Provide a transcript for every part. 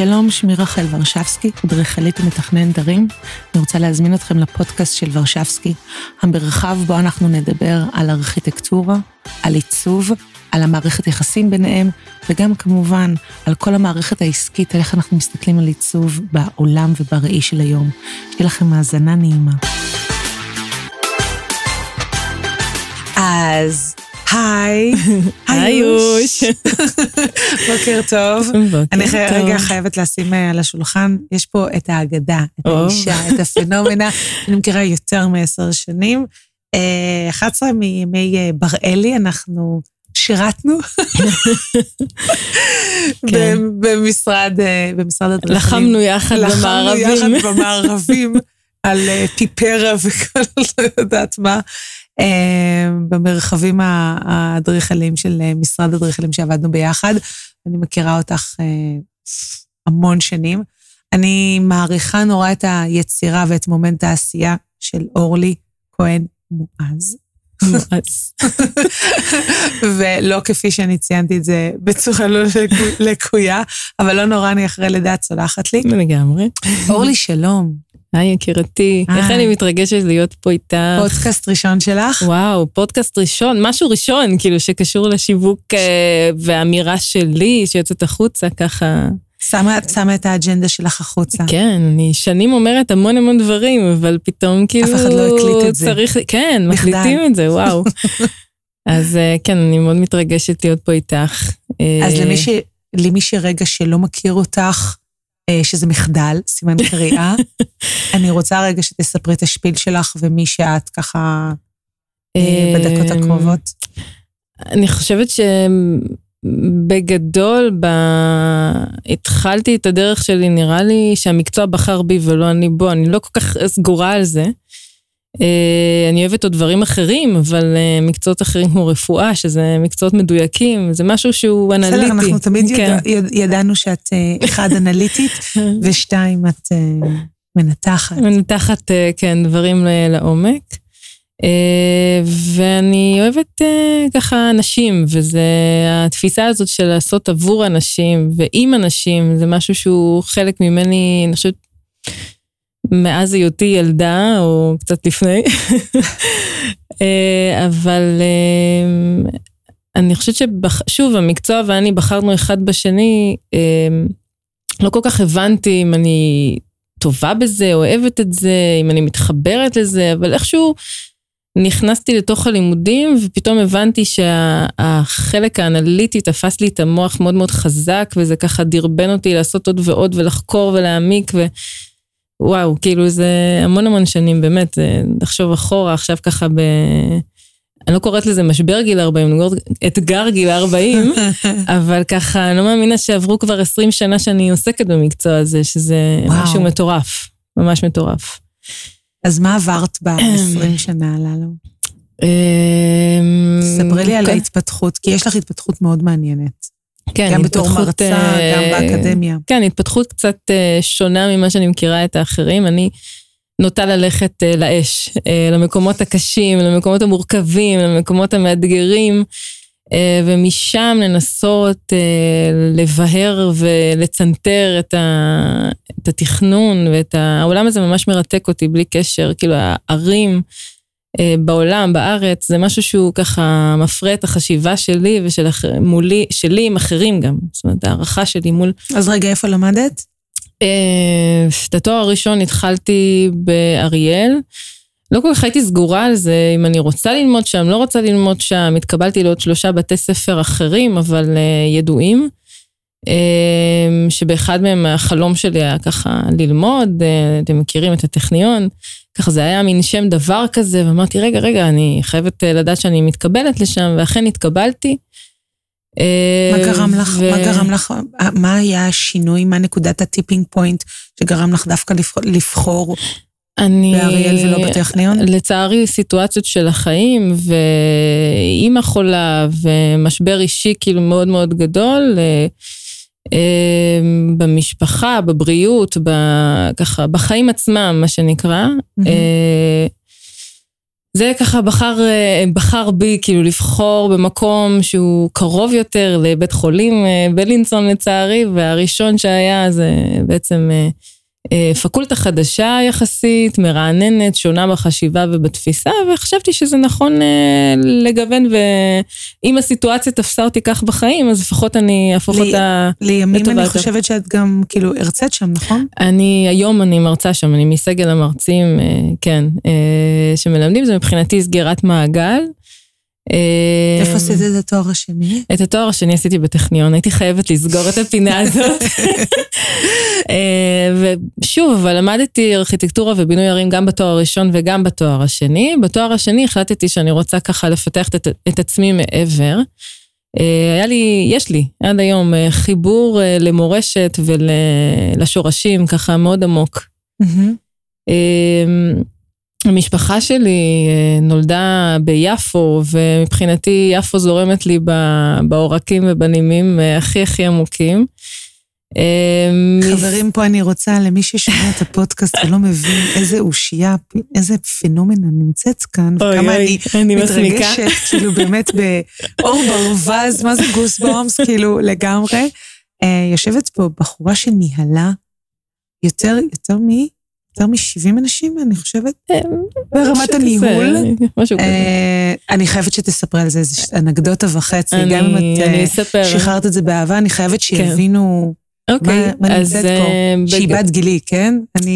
שלום, שמי רחל ורשבסקי, אדריכלית ומתכננת ערים. אני רוצה להזמין אתכם לפודקאסט של ורשבסקי, המרחב בו אנחנו נדבר על ארכיטקטורה, על עיצוב, על המערכת יחסים ביניהם, וגם כמובן על כל המערכת העסקית, איך אנחנו מסתכלים על עיצוב בעולם ובראי של היום. שיהיה לכם האזנה נעימה. אז היי, היוש. בוקר טוב. אני רגע חייבת לשים על השולחן, יש פה את האגדה, את האישה, את הפנומנה, אני מכירה יותר מ10 שנים. 11 מימי בראלי, אנחנו שירתנו במשרד הדרכים. לחמנו יחד במערבים, על פיפרה וכל לא יודעת מה. במרחבים האדריכליים של משרד אדריכלים שעבדנו ביחד. אני מכירה אותך המון שנים. אני מעריכה נורא את היצירה ואת מומנט העשייה של אורלי כהן מועז. ולא כפי שאני ציינתי את זה בצורה לא לקויה, אבל לא נורא, אני אחרי לידה צולחת לי. לגמרי. אורלי, שלום. היי, יקירתי. איך אני מתרגשת להיות פה איתך? פודקאסט ראשון שלך? וואו, פודקאסט ראשון, משהו ראשון, כאילו שקשור לשיווק והאמירה שלי, שיוצאת החוצה ככה. שמה את האג'נדה שלך החוצה. כן, אני שנים אומרת המון דברים, אבל פתאום כאילו... אף אחד לא הקליט את זה. כן, מקליטים את זה, וואו. אז כן, אני מאוד מתרגשת להיות פה איתך. אז למי שרגע שלא מכיר אותך, שזה מחדל, סימן קריאה, אני רוצה רגע שתספרי את השפיל שלך, ומי שאת ככה בדקות הקרובות. אני חושבת שבגדול, התחלתי את הדרך שלי, נראה לי שהמקצוע בחר בי ולא אני בו, אני לא כל כך סגורה על זה. אני אוהבת עוד דברים אחרים, אבל מקצועות אחרים כמו רפואה, שזה מקצועות מדויקים, זה משהו שהוא אנליטי. בסדר, אנחנו תמיד ידענו שאת אחד אנליטית, ושתיים את מנתחת. מנתחת, כן, דברים לעומק. ואני אוהבת ככה אנשים, וזה התפיסה הזאת של לעשות עבור אנשים, ועם אנשים, זה משהו שהוא חלק ממני, אני חושבת, מאז היותי ילדה, או קצת לפני, אבל אני חושבת שוב, המקצוע ואני בחרנו אחד בשני, לא כל כך הבנתי אם אני טובה בזה, אוהבת את זה, אם אני מתחברת לזה, אבל איכשהו נכנסתי לתוך הלימודים, ופתאום הבנתי שהחלק האנליטי תפס לי את המוח מאוד מאוד חזק, וזה ככה דרבן אותי לעשות עוד ועוד, ולחקור ולהעמיק, וואו, כאילו זה המון שנים, באמת, לחשוב אחורה, עכשיו ככה אני לא קוראת לזה משבר גיל 40, אני קוראת אתגר גיל 40, אבל ככה, אני לא מאמינה שעברו כבר 20 שנה שאני עוסקת במקצוע הזה, שזה משהו מטורף, ממש מטורף. אז מה עברת ב-20 שנה הללו? ספרי לי על ההתפתחות, כי יש לך התפתחות מאוד מעניינת. כן, גם בתור מרצה, גם באקדמיה. כן, התפתחות קצת שונה ממה שאני מכירה את האחרים. אני נוטה ללכת לאש, למקומות הקשים, למקומות המורכבים, למקומות המאתגרים, ומשם לנסות לבהר ולצנתר את התכנון, העולם הזה ממש מרתק אותי בלי קשר, כאילו הערים, בעולם, בארץ, זה משהו שהוא ככה מפרה את החשיבה שלי שלי עם אחרים גם. זאת אומרת, הערכה שלי מול... אז רגע, איפה למדת? את התואר הראשון התחלתי באריאל. לא כל כך הייתי סגורה על זה, אם אני רוצה ללמוד שם, לא רוצה ללמוד שם. התקבלתי לעוד 3 בתי ספר אחרים, אבל ידועים. שבאחד מהם החלום שלי היה ככה ללמוד, אתם מכירים את הטכניון, ככה זה היה מין שם דבר כזה, ואמרתי, רגע, אני חייבת לדעת שאני מתקבלת לשם, ואכן התקבלתי. מה גרם לך, מה היה השינוי, מה נקודת הטיפינג פוינט, שגרם לך דווקא לבחור באריאל ולא בטכניון? לצערי, סיטואציות של החיים, ואימא חולה, ומשבר אישי כאילו מאוד מאוד גדול, במשפחה, בבריאות, ככה, בחיים עצמם, מה שנקרא. זה ככה בחר בי, כאילו לבחור במקום שהוא קרוב יותר לבית חולים בלינסון לצערי, והראשון שהיה זה בעצם פקולטה חדשה יחסית, מרעננת, שונה בחשיבה ובתפיסה, וחשבתי שזה נכון לגוון, ואם הסיטואציה תפסה אותי כך בחיים, אז לפחות אני אהפוך אותה לימים אני חושבת שאת גם כאילו הרצאת שם, נכון? היום אני מרצה שם, אני מסגל המרצים, כן, שמלמדים, זה מבחינתי סגירת מעגל. איפה עשית את התואר השני? את התואר השני עשיתי בטכניון, הייתי חייבת לסגור את הפינה הזאת. ושוב, אבל למדתי ארכיטקטורה ובינוי ערים גם בתואר הראשון וגם בתואר השני. בתואר השני החלטתי שאני רוצה ככה לפתח את עצמי מעבר. יש לי עד היום חיבור למורשת ולשורשים ככה מאוד עמוק. המשפחה שלי נולדה ביפו, ומבחינתי יפו זורמת לי בעורקים ובנימים הכי הכי עמוקים. חברים, פה אני רוצה, למי ששומע את הפודקאסט ולא מבין איזה אושייה, איזה פנומנה נמצאת כאן, וכמה אני מתרגשת, כאילו באמת באור ברווז, מה זה גוסבומס, כאילו לגמרי. יושבת פה בחורה שניהלה יותר מ-70 אנשים, אני חושבת, ברמת הניהול. משהו כזה. אני חייבת שתספרי על זה איזו אנקדוטה וחצי, גם אם את שחררת את זה באהבה, אני חייבת שיבינו מה נמצאת פה. שהיא בת גילי, כן?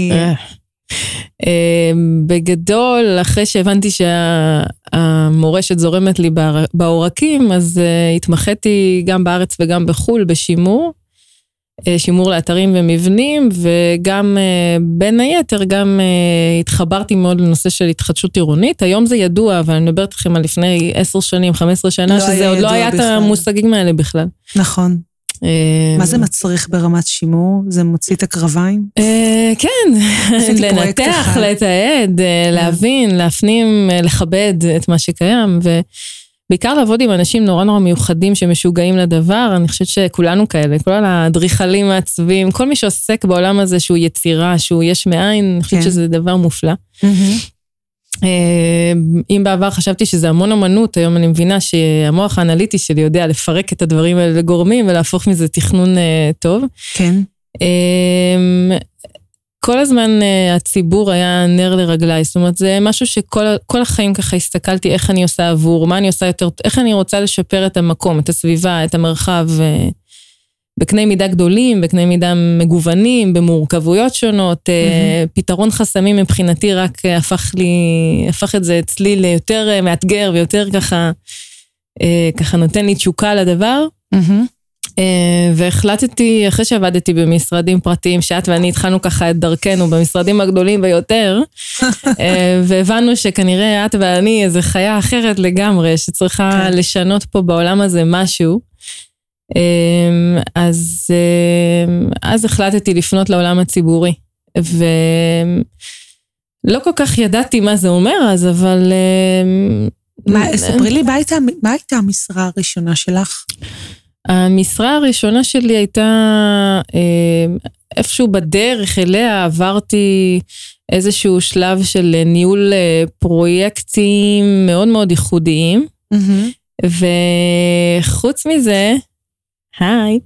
בגדול, אחרי שהבנתי שהמורשת זורמת לי בעורקים, אז התמחיתי גם בארץ וגם בחול בשימור, שימור לאתרים ומבנים, וגם בין היתר גם התחברתי מאוד לנושא של התחדשות עירונית. היום זה ידוע, אבל אני מדברת לכם על לפני 10 שנים, 15 שנה, שזה עוד לא היה את המושגים האלה בכלל. נכון. מה זה מצריך ברמת שימור? זה מוציא את הקרביים? כן, לנתח, לתעד, להבין, להפנים, לכבד את מה שקיים, בעיקר לעבוד עם אנשים נורא נורא מיוחדים שמשוגעים לדבר. אני חושבת שכולנו כאלה, כל הדריכלים מעצבים, כל מי שעוסק בעולם הזה שהוא יצירה, שהוא יש מאין, אני חושבת שזה דבר מופלא. אם בעבר חשבתי שזה המון אמנות, היום אני מבינה שהמוח האנליטי שלי יודע לפרק את הדברים האלה לגורמים, ולהפוך מזה תכנון טוב. כן. כל הזמן הציבור היה נר לרגליי, זאת אומרת, זה משהו שכל החיים ככה הסתכלתי איך אני עושה עבור, מה אני עושה יותר, איך אני רוצה לשפר את המקום, את הסביבה, את המרחב, בקני מידה גדולים, בקני מידה מגוונים, במורכבויות שונות, פתרון חסמים מבחינתי רק הפך את זה אצלי ליותר מאתגר, ויותר ככה נותן לי תשוקה לדבר, והחלטתי, אחרי שעבדתי במשרדים פרטיים, שאת ואני התחלנו ככה את דרכנו במשרדים הגדולים ביותר, והבנו שכנראה את ואני איזו חיה אחרת לגמרי, שצריכה לשנות פה בעולם הזה משהו, אז החלטתי לפנות לעולם הציבורי, ולא כל כך ידעתי מה זה אומר אז, אבל... ספרי לי, מה הייתה המשרה הראשונה שלך? המשרה הראשונה שלי הייתה איפשהו בדרך אליה, עברתי איזשהו שלב של ניהול פרויקטים מאוד מאוד ייחודיים, וחוץ מזה, היי,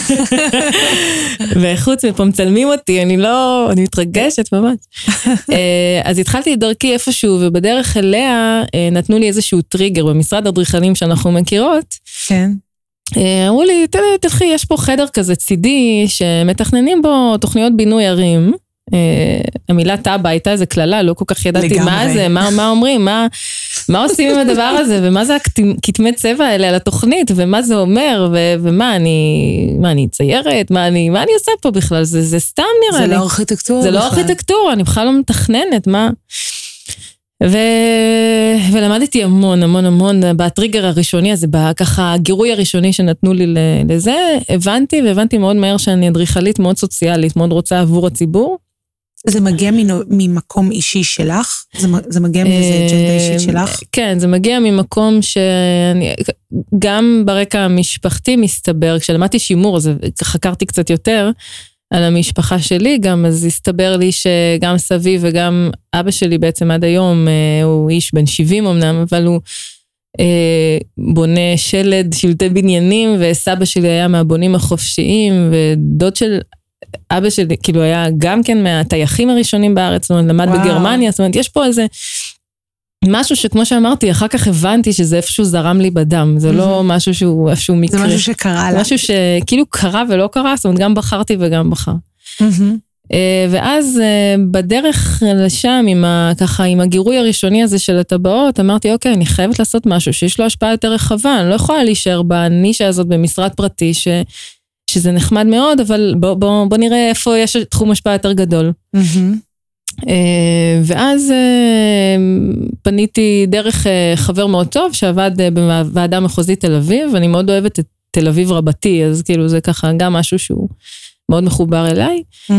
וחוץ מפה מצלמים אותי, אני מתרגשת ממש. אז התחלתי את דרכי איפשהו, ובדרך אליה נתנו לי איזשהו טריגר במשרד אדריכלים שאנחנו מכירות. כן. אמרו לי, תלכי, יש פה חדר כזה צידי, שמתכננים בו תוכניות בינוי ערים. המילה טאבה הייתה איזה כללה, לא כל כך ידעתי מה זה, מה אומרים, מה עושים עם הדבר הזה, ומה זה הכתמי צבע האלה על התוכנית, ומה זה אומר, ומה אני ציירת, מה אני עושה פה בכלל, זה סתם נראה לי. זה לא ארכיטקטורה. זה לא ארכיטקטורה, אני בכלל לא מתכננת, מה... ולמדתי המון בטריגר הראשוני הזה, ככה הגירוי הראשוני שנתנו לי לזה, והבנתי מאוד מהר שאני אדריכלית מאוד סוציאלית, מאוד רוצה עבור הציבור. זה מגיע ממקום אישי שלך? זה מגיע מאיזה אג'נדה אישית שלך? כן, זה מגיע ממקום גם ברקע המשפחתי מסתבר, כשלמדתי שימור, אז חקרתי קצת יותר, על המשפחה שלי גם, אז הסתבר לי שגם סבי וגם אבא שלי בעצם עד היום, הוא איש בן 70 אמנם, אבל הוא בונה שלטי בניינים, וסבא שלי היה מהבונים החופשיים, ודוד של אבא שלי, כאילו היה גם כן מהטייחים הראשונים בארץ, זאת אומרת, למד בגרמניה, זאת אומרת, יש פה איזה משהו שכמו שאמרתי, אחר כך הבנתי שזה איפשהו זרם לי בדם, זה לא משהו שהוא איפשהו מקרה. זה משהו שקרה לה. משהו שכאילו קרה ולא קרה, זאת אומרת, גם בחרתי וגם בחר. ואז בדרך לשם, ככה עם הגירוי הראשוני הזה של הטבעות, אמרתי, אוקיי, אני חייבת לעשות משהו שיש לו השפעה יותר רחבה, אני לא יכולה להישאר בנישה הזאת במשרד פרטי, שזה נחמד מאוד, אבל בוא נראה איפה יש תחום השפעה יותר גדול. ואז פניתי דרך חבר מאוד טוב, שעבד בוועדה מחוזית תל אביב, ואני מאוד אוהבת את תל אביב רבתי, אז כאילו זה ככה גם משהו שהוא מאוד מחובר אליי,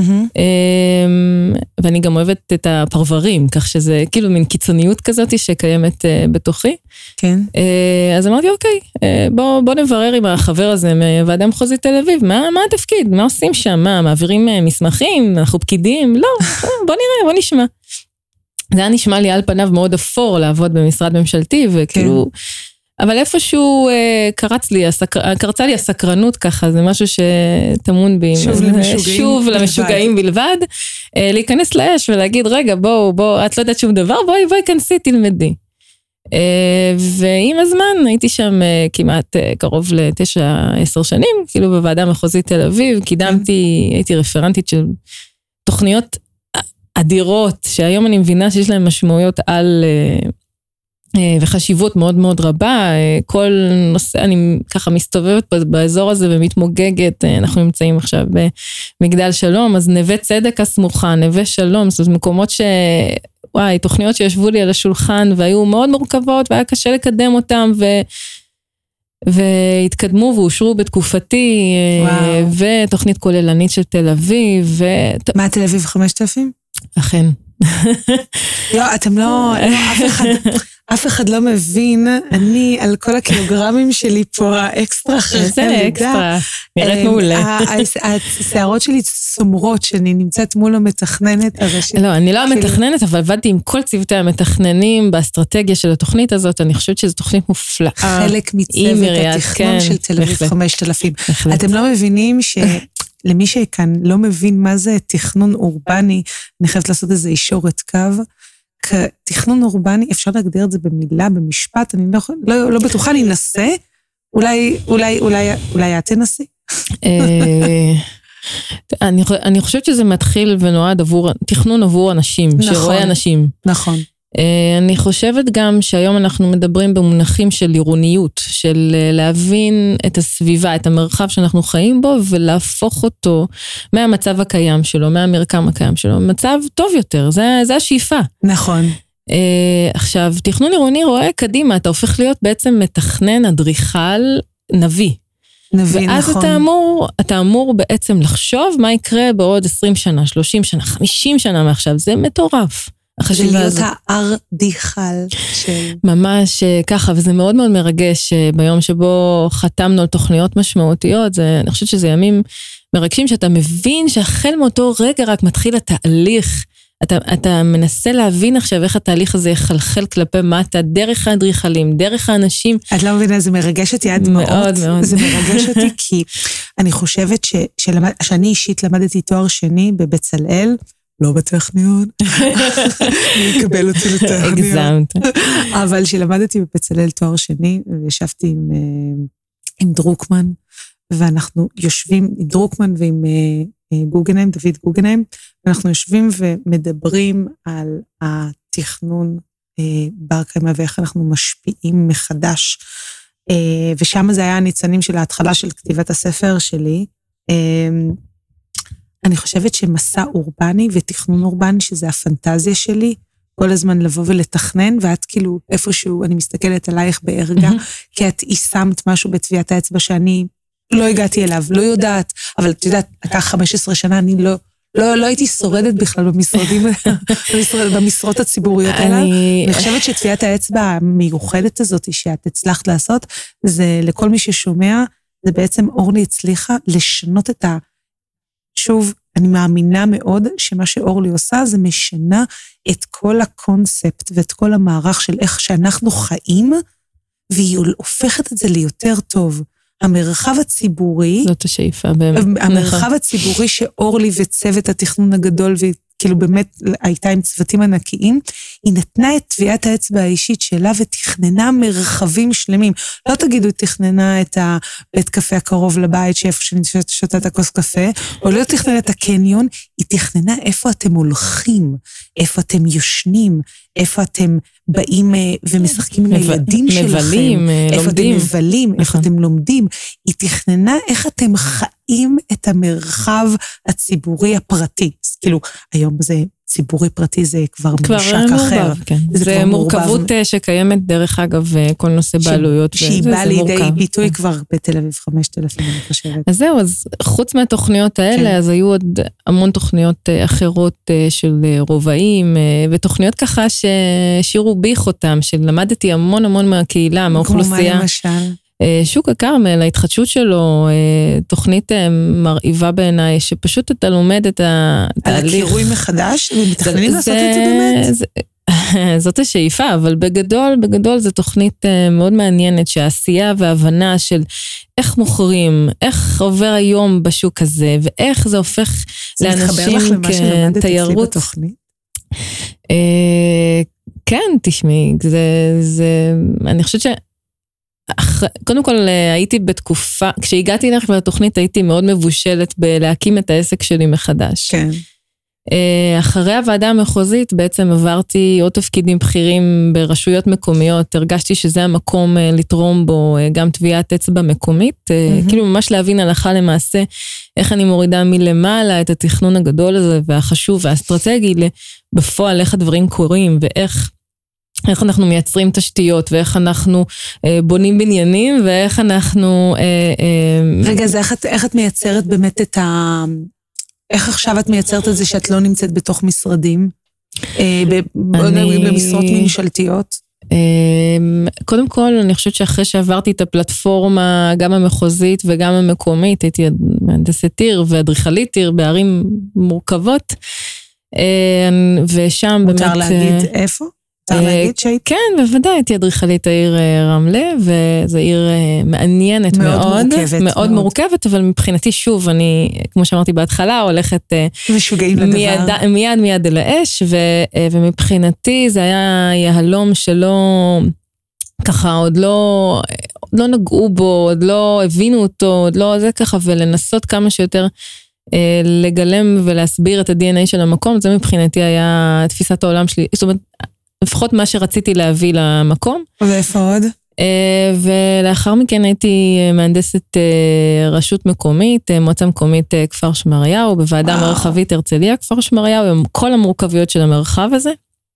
ואני גם אוהבת את הפרברים, כך שזה כאילו מין קיצוניות כזאת שקיימת בתוכי. כן. אז אמרתי, אוקיי, בוא נברר עם החבר הזה מוועדה מחוזית תל אביב, מה התפקיד? מה עושים שם? מה, מעבירים מסמכים? אנחנו פקידים? לא, בוא נראה, בוא נשמע. זה היה נשמע לי על פניו מאוד אפור לעבוד במשרד ממשלתי, וכאילו, אבל איפשהו קרצה לי הסקרנות ככה, זה משהו שתמון בי. שוב למשוגעים בלבד. להיכנס לאש ולהגיד, רגע, בוא, את לא יודעת שום דבר, בואי כנסי, תלמדי. ועם הזמן הייתי שם כמעט קרוב ל9-10 שנים, כאילו בוועדה מחוזית תל אביב, הייתי רפרנטית של תוכניות אדירות, שהיום אני מבינה שיש להן משמעויות על וחשיבות מאוד מאוד רבה, כל נושא, אני ככה מסתובבת באזור הזה ומתמוגגת, אנחנו נמצאים עכשיו במגדל שלום, אז נווה צדק הסמוכה, נווה שלום, זאת אומרת מקומות וואי, תוכניות שישבו לי על השולחן והיו מאוד מורכבות והיה קשה לקדם אותם והתקדמו ואושרו בתקופתי, ותוכנית כוללנית של תל אביב. מה תל אביב 5000? אכן. לא, אתם לא, אף אחד לא מבין, אני על כל הקילוגרמים שלי פה, האקסטרה אחרי זה אקסטרה, נראית מעולה. השערות שלי סומרות, שאני נמצאת מול המתכננת הראשית. לא, אני לא המתכננת, אבל עבדתי עם כל צוותי המתכננים באסטרטגיה של התוכנית הזאת, אני חושבת שזו תוכנית מופלאה. חלק מצוות התכנון של תל אביב 5000. אתם לא מבינים למי שכאן לא מבין מה זה תכנון אורבני, אני חייבת לעשות איזה אישורת קו, כתכנון אורבני, אפשר להגדיר את זה במילה, במשפט, אני לא בטוחה, אני אנסה, אולי את תנסי. אני חושבת שזה מתחיל ונועד תכנון עבור אנשים, שרואה אנשים. נכון. אני חושבת גם שהיום אנחנו מדברים במונחים של עירוניות, של להבין את הסביבה, את המרחב שאנחנו חיים בו, ולהפוך אותו מהמצב הקיים שלו, מהמרקם הקיים שלו, מצב טוב יותר, זה השאיפה. נכון. עכשיו, תכנון עירוני רואה קדימה, אתה הופך להיות בעצם מתכנן, אדריכל, נביא. נביא, ואז נכון. אתה אמור בעצם לחשוב מה יקרה בעוד 20 שנה, 30 שנה, 50 שנה מעכשיו, זה מטורף. להיות הארדיכל של... ממש ככה, וזה מאוד מאוד מרגש ביום שבו חתמנו על תוכניות משמעותיות, אני חושבת שזה ימים מרגשים שאתה מבין שהחל מאותו רגע רק מתחיל התהליך, אתה מנסה להבין עכשיו איך התהליך הזה יחלחל כלפי מטה, דרך האדריכלים, דרך האנשים. את לא מבינה, זה מרגש אותי עד דמעות. מאוד מאוד. זה מרגש אותי כי אני חושבת שאני אישית למדתי תואר שני בבצלאל, לא בטכניון, אני אקבל אותי לטכניון. הגזמת. אבל שלמדתי בבצלאל תואר שני, וישבתי עם דרוקמן, ואנחנו יושבים עם דרוקמן ועם גוגנהיים, דוד גוגנהיים, ואנחנו יושבים ומדברים על התכנון בר קיימא ואיך אנחנו משפיעים מחדש, ושם זה היה הניצנים של ההתחלה של כתיבת הספר שלי, אני חושבת שמסע אורבני ותכנון אורבני, שזה הפנטזיה שלי, כל הזמן לבוא ולתכנן, ואת כאילו איפשהו, אני מסתכלת עלייך בערגה, כי את יישמת משהו בטביעת האצבע שאני לא הגעתי אליו, לא יודעת, אבל את יודעת, לקח 15 שנה, אני לא הייתי שורדת בכלל במשרדים, במשרות הציבוריות האלה. אני חושבת שטביעת האצבע המיוחדת הזאת, שאת הצלחת לעשות, זה לכל מי ששומע, זה בעצם אורלי הצליחה לשנות את שוב, אני מאמינה מאוד שמה שאורלי עושה זה משנה את כל הקונספט ואת כל המערך של איך שאנחנו חיים, והיא הופכת את זה ליותר טוב. המרחב הציבורי, זאת השאיפה באמת. המרחב הציבורי שאורלי וצוות התכנון הגדול, וכאילו באמת הייתה עם צוותים ענקיים, היא נתנה את טביעת האצבע האישית שלה ותכננה מרחבים שלמים. לא תגידו, תכננה את הבית קפה הקרוב לבית, שאיפה ששותה את הכוס קפה, או לא תכננה את הקניון, היא תכננה איפה אתם הולכים, איפה אתם יושנים, איפה אתם באים ומשחקים עם הילדים שלכם, איפה אתם מבלים, איפה אתם לומדים. היא תכננה איך אתם חיים את המרחב הציבורי הפרטי. כאילו, היום זה ציבורי פרטי, זה כבר ממשק אחר. זה מורכבות שקיימת, דרך אגב, כל נושא בעלויות. שהיא באה לידי ביטוי כבר בתל אביב 5,000, אני חושבת. אז זהו, אז חוץ מהתוכניות האלה, אז היו עוד המון תוכניות אחרות של רובעים, ותוכניות ככה ששירו ביך אותם, שלמדתי המון המון מהקהילה, מהאוכלוסייה. כמו מה למשל? שוק הכרמל, ההתחדשות שלו, תוכנית מרהיבה בעיניי, שפשוט אתה לומד את התהליך. על הקירוי מחדש, ומתכננים לעשות את זה באמת? זאת השאיפה, אבל בגדול זו תוכנית מאוד מעניינת, שהעשייה וההבנה של איך מוכרים, איך עובר היום בשוק הזה, ואיך זה הופך לאנשים כתיירות. זה מתחבר לך למה שלמדת אצלי בתוכנית? כן, תשמעי, אני חושבת קודם כל הייתי בתקופה, כשהגעתי לך לתוכנית הייתי מאוד מבושלת בלהקים את העסק שלי מחדש. כן. אחרי הוועדה המחוזית בעצם עברתי עוד תפקידים בכירים ברשויות מקומיות, הרגשתי שזה המקום לתרום בו גם טביעת אצבע מקומית, כאילו ממש להבין הלכה למעשה איך אני מורידה מלמעלה את התכנון הגדול הזה והחשוב והאסטרטגי בפועל איך הדברים קורים ואיך אנחנו מייצרים תשתיות, ואיך אנחנו בונים בניינים, ואיך אנחנו... רגע, זה איך את מייצרת באמת את ה... איך עכשיו את מייצרת את זה שאת לא נמצאת בתוך משרדים? במשרות ממשלתיות? קודם כל, אני חושבת שאחרי שעברתי את הפלטפורמה, גם המחוזית וגם המקומית, הייתי מהנדסת עיר ואדריכלית עיר בערים מורכבות, ושם באמת... מותר להגיד איפה? כן, בוודאי, הייתי אדריכלית העיר רמלה, וזו עיר מעניינת מאוד, מאוד מורכבת, אבל מבחינתי שוב, אני, כמו שאמרתי בהתחלה, הולכת מיד אל האש, ומבחינתי זה היה יהלום שלא, ככה עוד לא נגעו בו, עוד לא הבינו אותו, עוד לא זה ככה, ולנסות כמה שיותר לגלם ולהסביר את ה-DNA של המקום, זה מבחינתי היה תפיסת העולם שלי, זאת אומרת, לפחות מה שרציתי להביא למקום. ואיפה עוד? ולאחר מכן הייתי מהנדסת רשות מקומית, מועצה מקומית כפר שמריהו, בוועדה מרחבית הרצליה כפר שמריהו, עם כל המורכבויות של המרחב הזה.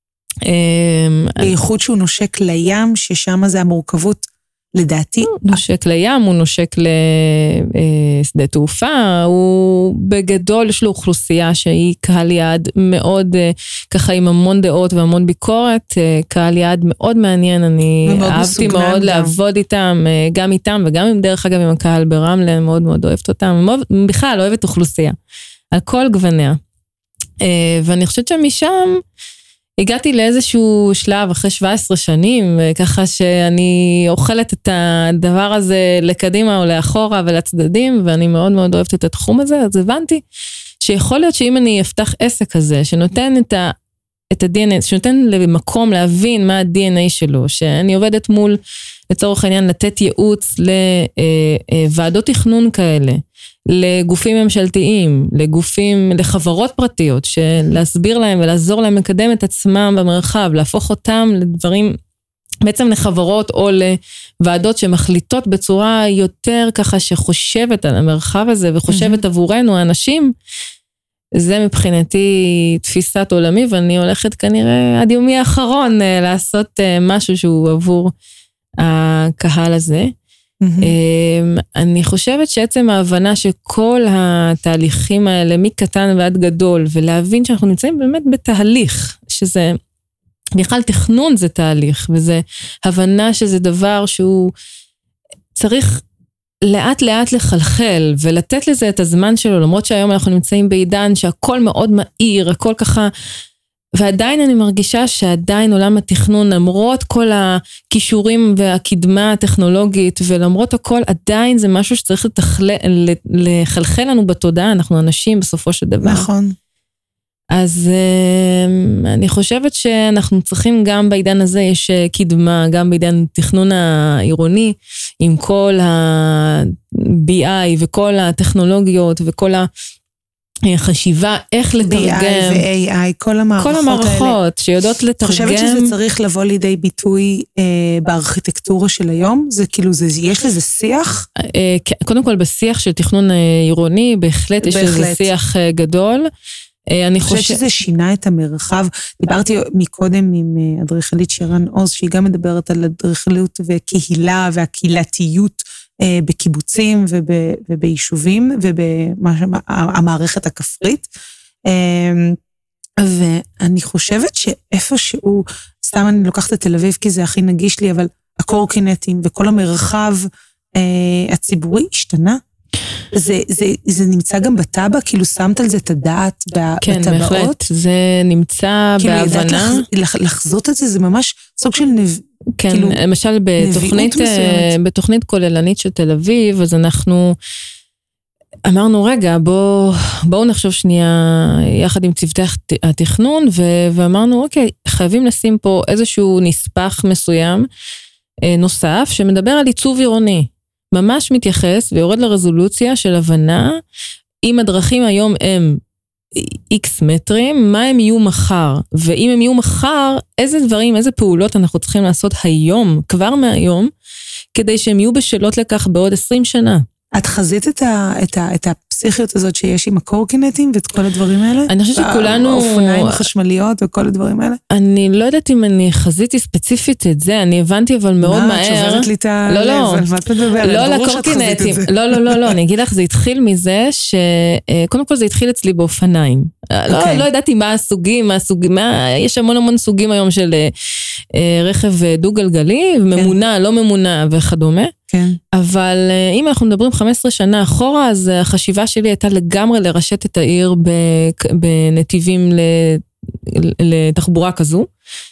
בייחוד שהוא נושק לים, ששם זה המורכבות, לדעתי. הוא נושק לים, הוא נושק לשדה תעופה, הוא בגדול יש לו אוכלוסייה שהיא קהל יעד מאוד, ככה עם המון דעות והמון ביקורת, קהל יעד מאוד מעניין, אני אהבתי מאוד לעבוד איתם, גם איתם וגם עם דרך אגב עם הקהל ברמלה, אני מאוד מאוד אוהבת אותם, בכלל אוהבת אוכלוסייה, על כל גווניה. ואני חושבת שמשם, הגעתי לאיזשהו שלב אחרי 17 שנים, ככה שאני אוכלת את הדבר הזה לקדימה או לאחורה ולצדדים, ואני מאוד מאוד אוהבת את התחום הזה, אז הבנתי שיכול להיות שאם אני אפתח עסק הזה, שנותן את ה-DNA, שנותן למקום להבין מה ה-DNA שלו, שאני עובדת מול, לצורך העניין, לתת ייעוץ לוועדות תכנון כאלה, לגופים ממשלתיים, לחברות פרטיות, להסביר להם ולעזור להם לקדם את עצמם במרחב, להפוך אותם לדברים, בעצם לחברות או לוועדות שמחליטות בצורה יותר ככה שחושבת על המרחב הזה, וחושבת עבורנו, האנשים, זה מבחינתי תפיסת עולמי, ואני הולכת כנראה עד יומי האחרון לעשות משהו שהוא עבור הקהל הזה. אני חושבת שעצם ההבנה שכל התהליכים האלה מקטן ועד גדול, ולהבין שאנחנו נמצאים באמת בתהליך, שזה בכלל תכנון זה תהליך, וזה הבנה שזה דבר שהוא צריך לאט לאט לחלחל ולתת לזה את הזמן שלו, למרות שהיום אנחנו נמצאים בעידן שהכל מאוד מהיר, הכל ככה, ועדיין אני מרגישה שעדיין עולם התכנון, למרות כל הכישורים והקדמה הטכנולוגית, ולמרות הכל, עדיין זה משהו שצריך לחלחל לנו בתודעה, אנחנו אנשים בסופו של דבר. נכון. אז אני חושבת שאנחנו צריכים גם בעידן הזה, יש קדמה, גם בעידן תכנון העירוני, עם כל ה-BI וכל הטכנולוגיות וכל החשיבה, איך לתרגם. BI ו-AI, כל המערכות שיודעות לתרגם. חושבת שזה צריך לבוא לידי ביטוי בארכיטקטורה של היום? זה כאילו, יש לזה שיח? קודם כל, בשיח של תכנון עירוני, בהחלט יש לזה שיח גדול. אני חושבת שזה שינה את המרחב. דיברתי מקודם עם אדריכלית שרן עוז, שהיא גם מדברת על אדריכלות וקהילה והקהילתיות בקיבוצים וביישובים ובמערכת הכפרית. ואני חושבת שאיפשהו, סתם אני לוקחת את תל אביב כי זה הכי נגיש לי, אבל הקורקינטים וכל המרחב הציבורי השתנה. זה נמצא גם בטבע, כאילו שמת על זה את הדעת בטבעות? כן, בהחלט, זה נמצא בהבנה. כאילו ידעת לחזות את זה, זה ממש סוג של כן, למשל בתוכנית כוללנית של תל אביב, אז אנחנו אמרנו, רגע, בואו נחשוב שנייה יחד עם צוותי התכנון, ואמרנו, אוקיי, חייבים לשים פה איזשהו נספח מסוים נוסף, שמדבר על עיצוב עירוני. ממש מתייחס ויורד לרזולוציה של הבנה, אם הדרכים היום הם X מטרים, מה הם יהיו מחר, ואם הם יהיו מחר, איזה דברים, איזה פעולות אנחנו צריכים לעשות היום, כבר מהיום, כדי שהם יהיו בשלות לכך בעוד 20 שנה. את חזית את הפסיכיות הזאת שיש עם הקורקינטים ואת כל הדברים האלה? אני חושבת שכולנו... האופניים החשמליות וכל הדברים האלה? אני לא יודעת אם אני חזיתי ספציפית את זה, אני הבנתי אבל מאוד מהר... את שוברת לי את הלב, על מה את מדברת? לא לקורקינטים, לא, אני אגיד לך, זה התחיל מזה שקודם כל זה התחיל אצלי באופניים. לא ידעתי מה הסוגים, יש המון סוגים היום של רכב דו-גלגלי, ממונה, לא ממונה וכדומה. כן. אבל אם אנחנו מדברים 15 שנה אחורה, אז החשיבה שלי הייתה לגמרי לרשת את העיר בנתיבים לתחבורה כזו.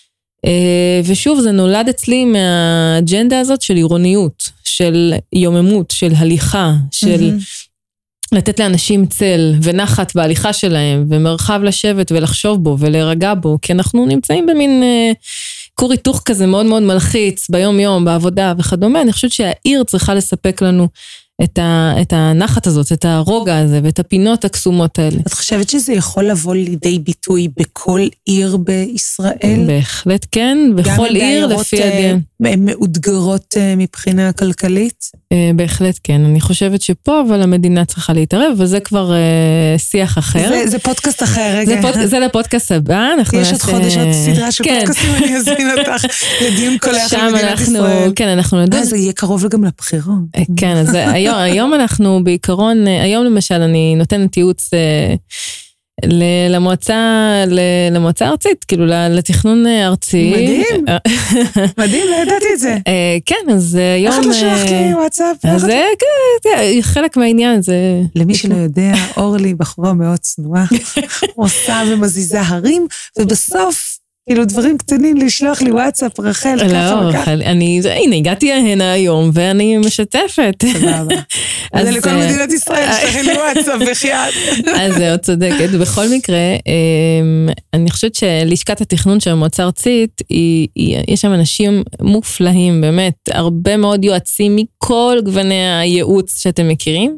ושוב, זה נולד אצלי מהאג'נדה הזאת של עירוניות, של יוממות, של הליכה, של לתת לאנשים צל ונחת בהליכה שלהם, ומרחב לשבת ולחשוב בו ולהירגע בו, כי אנחנו נמצאים במין... כור היתוך כזה מאוד מאוד מלחיץ ביום יום, בעבודה וכדומה, אני חושבת שהעיר צריכה לספק לנו את הנחת הזאת, את הרוגע הזה ואת הפינות הקסומות האלה. את חושבת שזה יכול לבוא לידי ביטוי בכל עיר בישראל? בהחלט כן, בכל עיר לפי הדין. הן מאותגרות מבחינה כלכלית? בהחלט כן, אני חושבת שפה, אבל המדינה צריכה להתערב, וזה כבר שיח אחר. זה פודקאסט אחר, רגע. זה לפודקאסט הבא. יש עוד חודש עוד סדרה של פודקאסטים, אני אזמין אותך לדיון קולח למדינת ישראל. כן, אנחנו נדון. זה יהיה קרוב גם לבחירות. כן, אז היום אנחנו בעיקרון, היום למשל אני נותנת ייעוץ למועצה ארצית, כאילו לתכנון ארצי. מדהים, מדהים, לא ידעתי את זה. כן, אז היום... איך את לשלח לי וואטסאפ? זה חלק מהעניין, זה... למי שלא יודע, אורלי בחורה מאוד צנועה, עושה ומזיזה הרים, ובסוף... כאילו דברים קטנים לשלוח לי וואטסאפ, רחל, ככה וככה. הנה, הגעתי הנה היום, ואני משתפת. סבבה. אז לכל מדינת ישראל, שתכין לי וואטסאפ בחייאת. אז זהו, צודקת. בכל מקרה, אני חושבת שלשכת התכנון של המועצה הארצית, יש שם אנשים מופלאים, באמת, הרבה מאוד יועצים מכל גווני הייעוץ שאתם מכירים.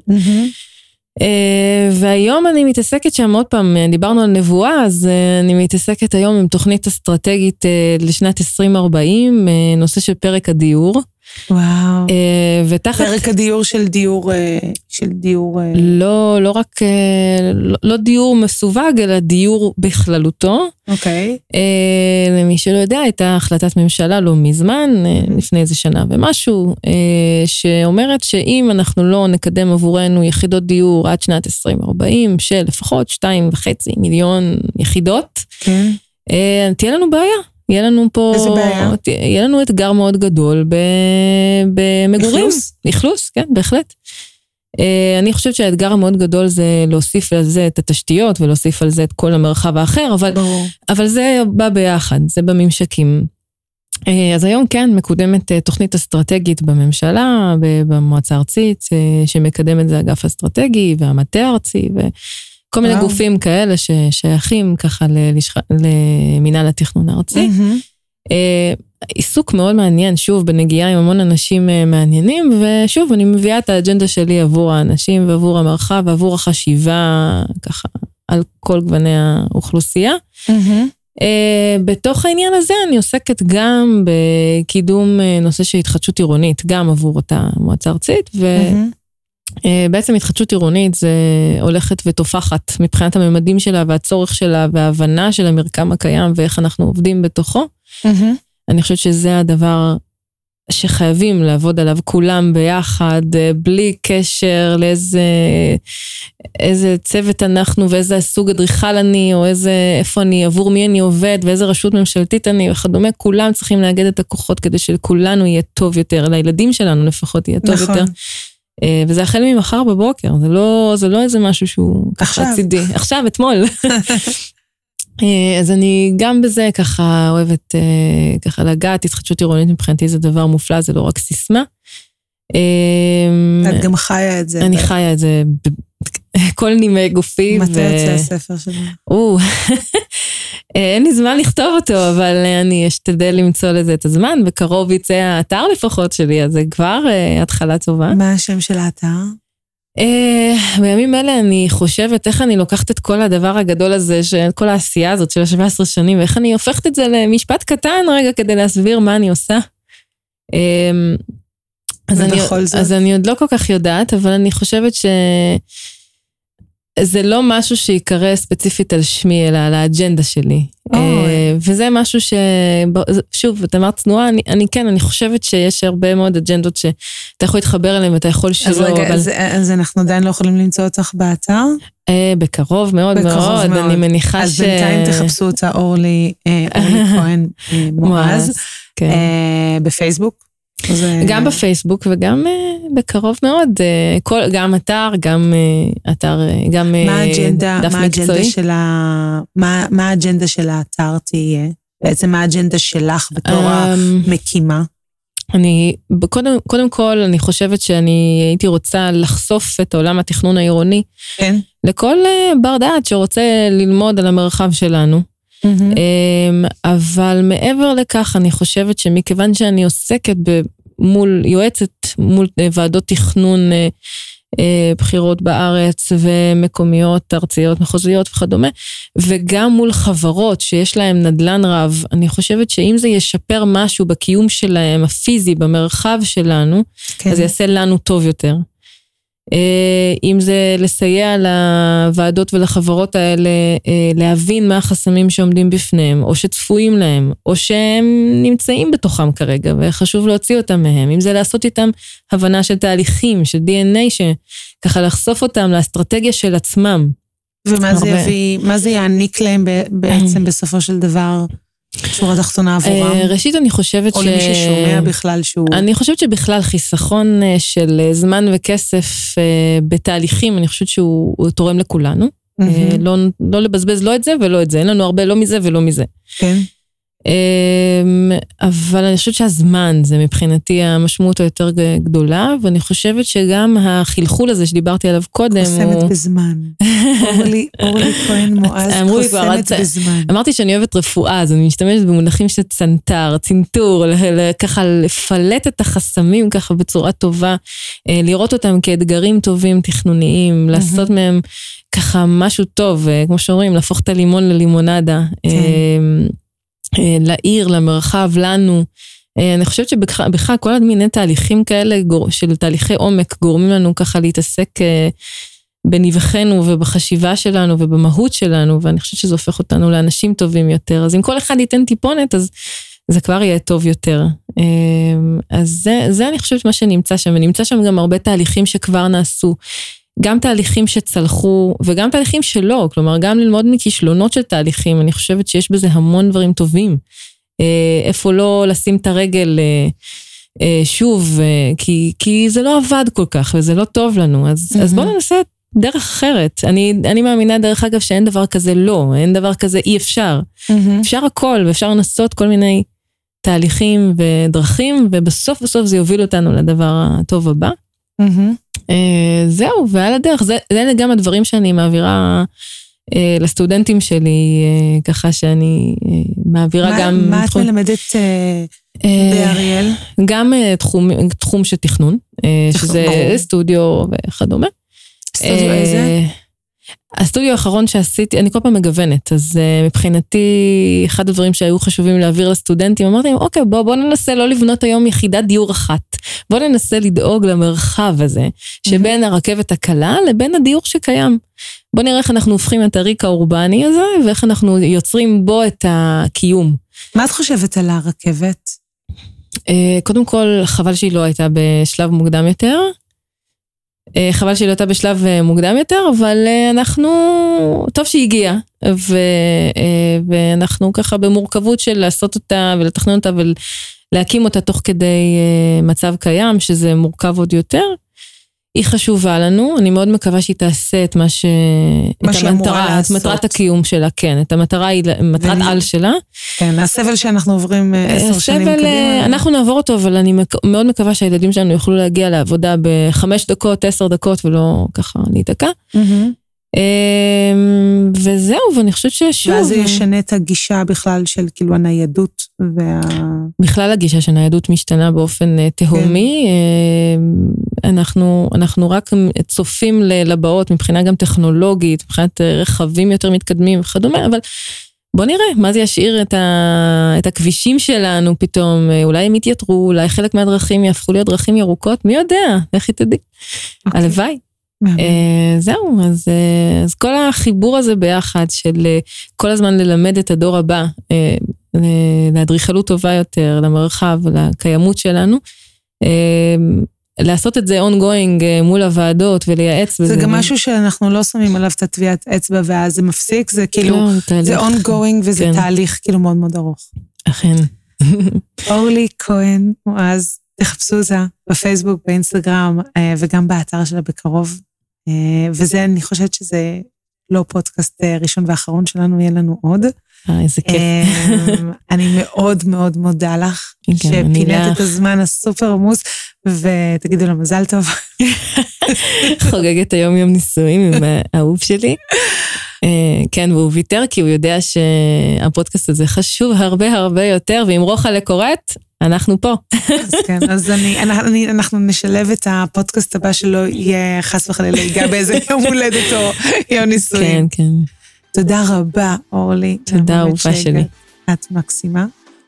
והיום אני מתעסקת שם עוד פעם, דיברנו על נבואה, אז אני מתעסקת היום עם תוכנית אסטרטגית לשנת 2040, נושא של פרק הדיור. וואו. ותחת... פרק הדיור של דיור... לא רק, לא דיור מסווג, אלא דיור בכללותו. אוקיי. למי שלא יודע, הייתה החלטת ממשלה לא מזמן, לפני איזה שנה ומשהו, שאומרת שאם אנחנו לא נקדם עבורנו יחידות דיור עד שנת 2040, של לפחות 2.5 מיליון יחידות, כן. תהיה לנו בעיה. יהיה לנו פה... איזה בעיה? יהיה לנו אתגר מאוד גדול במגורים. אכלוס, כן, בהחלט. אני חושבת שהאתגר המאוד גדול זה להוסיף על זה את התשתיות, ולהוסיף על זה את כל המרחב האחר, אבל זה בא ביחד, זה בממשקים. אז היום כן, מקודמת תוכנית אסטרטגית בממשלה, במועצה הארצית, שמקדמת זה אגף אסטרטגי, והמטה הארצי, וכל מיני גופים כאלה ששייכים ככה למינהל התכנון הארצי. עיסוק מאוד מעניין, שוב, בנגיעה עם המון אנשים מעניינים, ושוב, אני מביאה את האג'נדה שלי עבור האנשים, ועבור המרחב, ועבור החשיבה, ככה, על כל גווני האוכלוסייה. בתוך העניין הזה אני עוסקת גם בקידום נושא של התחדשות עירונית, גם עבור אותה מועצה ארצית, ובעצם התחדשות עירונית זה הולכת ותופחת מבחינת הממדים שלה והצורך שלה וההבנה של המרקם הקיים ואיך אנחנו עובדים בתוכו. אני חושבת שזה הדבר שחייבים לעבוד עליו כולם ביחד, בלי קשר לאיזה צוות אנחנו, ואיזה סוג אדריכל אני, או איפה אני, עבור מי אני עובד, ואיזה רשות ממשלתית אני, וכדומה, כולם צריכים לאגד את הכוחות, כדי שלכולנו יהיה טוב יותר, לילדים שלנו לפחות יהיה טוב יותר. וזה החל ממחר בבוקר, זה לא איזה משהו שהוא ככה צידי. עכשיו, אתמול. אז אני גם בזה ככה אוהבת ככה לגעת, התחדשות עירונית מבחינתי זה דבר מופלא, זה לא רק סיסמה. את גם חיה את זה. אני חיה את זה בכל נימי גופי. מתי יוצא הספר שלנו? אין לי זמן לכתוב אותו, אבל אני אשתדל למצוא לזה את הזמן, בקרוב יצא האתר לפחות שלי, אז זה כבר התחלה טובה. מה השם של האתר? בימים אלה אני חושבת איך אני לוקחת את כל הדבר הגדול הזה, כל העשייה הזאת של 17 שנים, ואיך אני הופכת את זה למשפט קטן רגע כדי להסביר מה אני עושה. אז אני עוד לא כל כך יודעת, אבל אני חושבת זה לא משהו שיקרא ספציפית על שמי, אלא על האג'נדה שלי. וזה משהו שוב, את אמרת תנועה, אני חושבת שיש הרבה מאוד אג'נדות שאתה יכול להתחבר אליהם ואתה יכול שלא. אז רגע, אז אנחנו עדיין לא יכולים למצוא אותך באתר? בקרוב מאוד מאוד, אני מניחה אז בינתיים תחפשו אותה אורלי כהן מועז, בפייסבוק? גם בפייסבוק וגם בקרוב מאוד, גם אתר, גם דף מקצועי. מה האג'נדה של האתר תהיה? בעצם מה האג'נדה שלך בתור המקימה? קודם כל, אני חושבת שאני הייתי רוצה לחשוף את העולם התכנון העירוני, לכל בר דעת שרוצה ללמוד על המרחב שלנו. אבל מעבר לכך אני חושבת שמכיוון שאני עוסקת מול יועצת, מול ועדות תכנון בחירות בארץ ומקומיות, ארציות, מחוזיות וכדומה, וגם מול חברות שיש להם נדלן רב, אני חושבת שאם זה ישפר משהו בקיום שלהם, הפיזי, במרחב שלנו, אז יעשה לנו טוב יותר. אם זה לסייע לוועדות ולחברות האלה להבין מה החסמים שעומדים בפניהם, או שצפויים להם, או שהם נמצאים בתוכם כרגע, וחשוב להוציא אותם מהם. אם זה לעשות איתם הבנה של תהליכים, של DNA, שככה לחשוף אותם לאסטרטגיה של עצמם. ומה זה יביא, מה זה יעניק להם בעצם בסופו של דבר? שורה תחתונה עבורם? ראשית אני חושבת או למי ששומע בכלל שהוא... אני חושבת שבכלל חיסכון של זמן וכסף בתהליכים, אני חושבת שהוא תורם לכולנו. לא לבזבז לא את זה ולא את זה. אין לנו הרבה לא מזה ולא מזה. כן. אבל אני חושבת שהזמן זה מבחינתי המשמעות היותר גדולה, ואני חושבת שגם החלחול הזה שדיברתי עליו קודם חוסמת בזמן. אורלי כהן מועז חוסמת בזמן. אמרתי שאני אוהבת רפואה, אז אני משתמשת במונחים של צנתר, צנתור, ככה לפלט את החסמים ככה בצורה טובה, לראות אותם כאתגרים טובים תכנוניים, לעשות מהם ככה משהו טוב, כמו שאומרים, להפוך את הלימון ללימונדה. לעיר, למרחב, לנו. אני חושבת שבכלל כל מיני תהליכים כאלה של תהליכי עומק גורמים לנו ככה להתעסק בנבחנו ובחשיבה שלנו ובמהות שלנו, ואני חושבת שזה הופך אותנו לאנשים טובים יותר. אז אם כל אחד ייתן טיפונת, אז זה כבר יהיה טוב יותר. אז זה אני חושבת מה שנמצא שם, ונמצא שם גם הרבה תהליכים שכבר נעשו. גם תהליכים שצלחו, וגם תהליכים שלא, כלומר, גם ללמוד מכישלונות של תהליכים, אני חושבת שיש בזה המון דברים טובים. איפה לא לשים את הרגל שוב, כי זה לא עבד כל כך, וזה לא טוב לנו, אז בואו ננסה דרך אחרת. אני מאמינה דרך אגב שאין דבר כזה לא, אין דבר כזה אי אפשר. אפשר הכל, ואפשר לנסות כל מיני תהליכים ודרכים, ובסוף זה יוביל אותנו לדבר הטוב הבא. זהו, ועל הדרך, זה גם הדברים שאני מעבירה לסטודנטים שלי, ככה שאני מעבירה גם... מה את מלמדת באריאל? גם תחום של תכנון, שזה סטודיו וכדומה. סטודיו איזה? הסטודיו האחרון שעשיתי, אני כל פעם מגוונת, אז מבחינתי, אחד הדברים שהיו חשובים להעביר לסטודנטים, אמרתי להם, אוקיי, בוא ננסה לא לבנות היום יחידת דיור אחת, בוא ננסה לדאוג למרחב הזה, שבין הרכבת הקלה לבין הדיור שקיים. בוא נראה איך אנחנו הופכים את הריק האורבני הזה, ואיך אנחנו יוצרים בו את הקיום. מה את חושבת על הרכבת? קודם כל, חבל שהיא לא הייתה בשלב מוקדם יותר, חבל שהיא לא הייתה בשלב מוקדם יותר, אבל טוב שהיא הגיעה, ואנחנו ככה במורכבות של לעשות אותה ולתכנן אותה ולהקים אותה תוך כדי מצב קיים, שזה מורכב עוד יותר. היא חשובה לנו, אני מאוד מקווה שהיא תעשה את את מטרת הקיום שלה, כן, את המטרה היא, מטרת על שלה. כן, הסבל שאנחנו עוברים 10 שנים קדימה. אנחנו נעבור אותו, אבל אני מאוד מקווה שהילדים שלנו יוכלו להגיע לעבודה ב5 דקות, 10 דקות, ולא ככה להיתקע. וזהו, ואני חושבת ששוב... ואז זה ישנה את הגישה בכלל של כאילו הניידות בכלל הגישה של ניידות משתנה באופן תהומי. אנחנו רק צופים לבאות מבחינה גם טכנולוגית, מבחינת רכבים יותר מתקדמים וכדומה, אבל בוא נראה מה זה ישאיר את הכבישים שלנו פתאום, אולי הם יתייתרו, אולי חלק מהדרכים יהפכו להיות דרכים ירוקות, מי יודע, איך היא תדעי? הלוואי. זהו, אז כל החיבור הזה ביחד של כל הזמן ללמד את הדור הבא, לאדריכלות טובה יותר, למרחב, לקיימות שלנו, לעשות את זה ongoing מול הוועדות ולייעץ. זה גם משהו שאנחנו לא שמים עליו את הטביעת אצבע ואז זה מפסיק, זה כאילו, זה ongoing וזה תהליך כאילו מאוד מאוד ארוך. אכן. אורלי כהן, אז תחפשו זה בפייסבוק, באינסטגרם וגם באתר שלה בקרוב. וזה, אני חושבת שזה לא פודקאסט ראשון ואחרון שלנו, יהיה לנו עוד. איזה כיף. אני מאוד מאוד מודה לך, שפינית את הזמן הסופר עמוס, ותגידו לה מזל טוב. חוגגת היום יום נישואים עם האהוב שלי. כן, והוא ויתר, כי הוא יודע שהפודקאסט הזה חשוב הרבה הרבה יותר, ואם רוחלה קוראת, אנחנו פה. אז כן, אז אנחנו נשלב את הפודקאסט הבא שלו, יהיה חס וחלילה ייגע באיזה יום הולדת או יום נישואים. כן, כן. תודה רבה, אורלי. תודה, אהובה שלי. את מקסימה.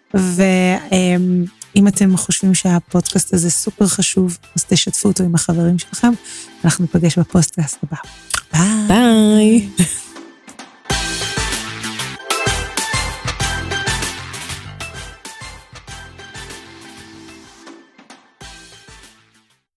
ואם אתם חושבים שהפודקאסט הזה סופר חשוב, אז תשתפו אותו עם החברים שלכם. אנחנו נפגש בפודקאסט הבא. ביי.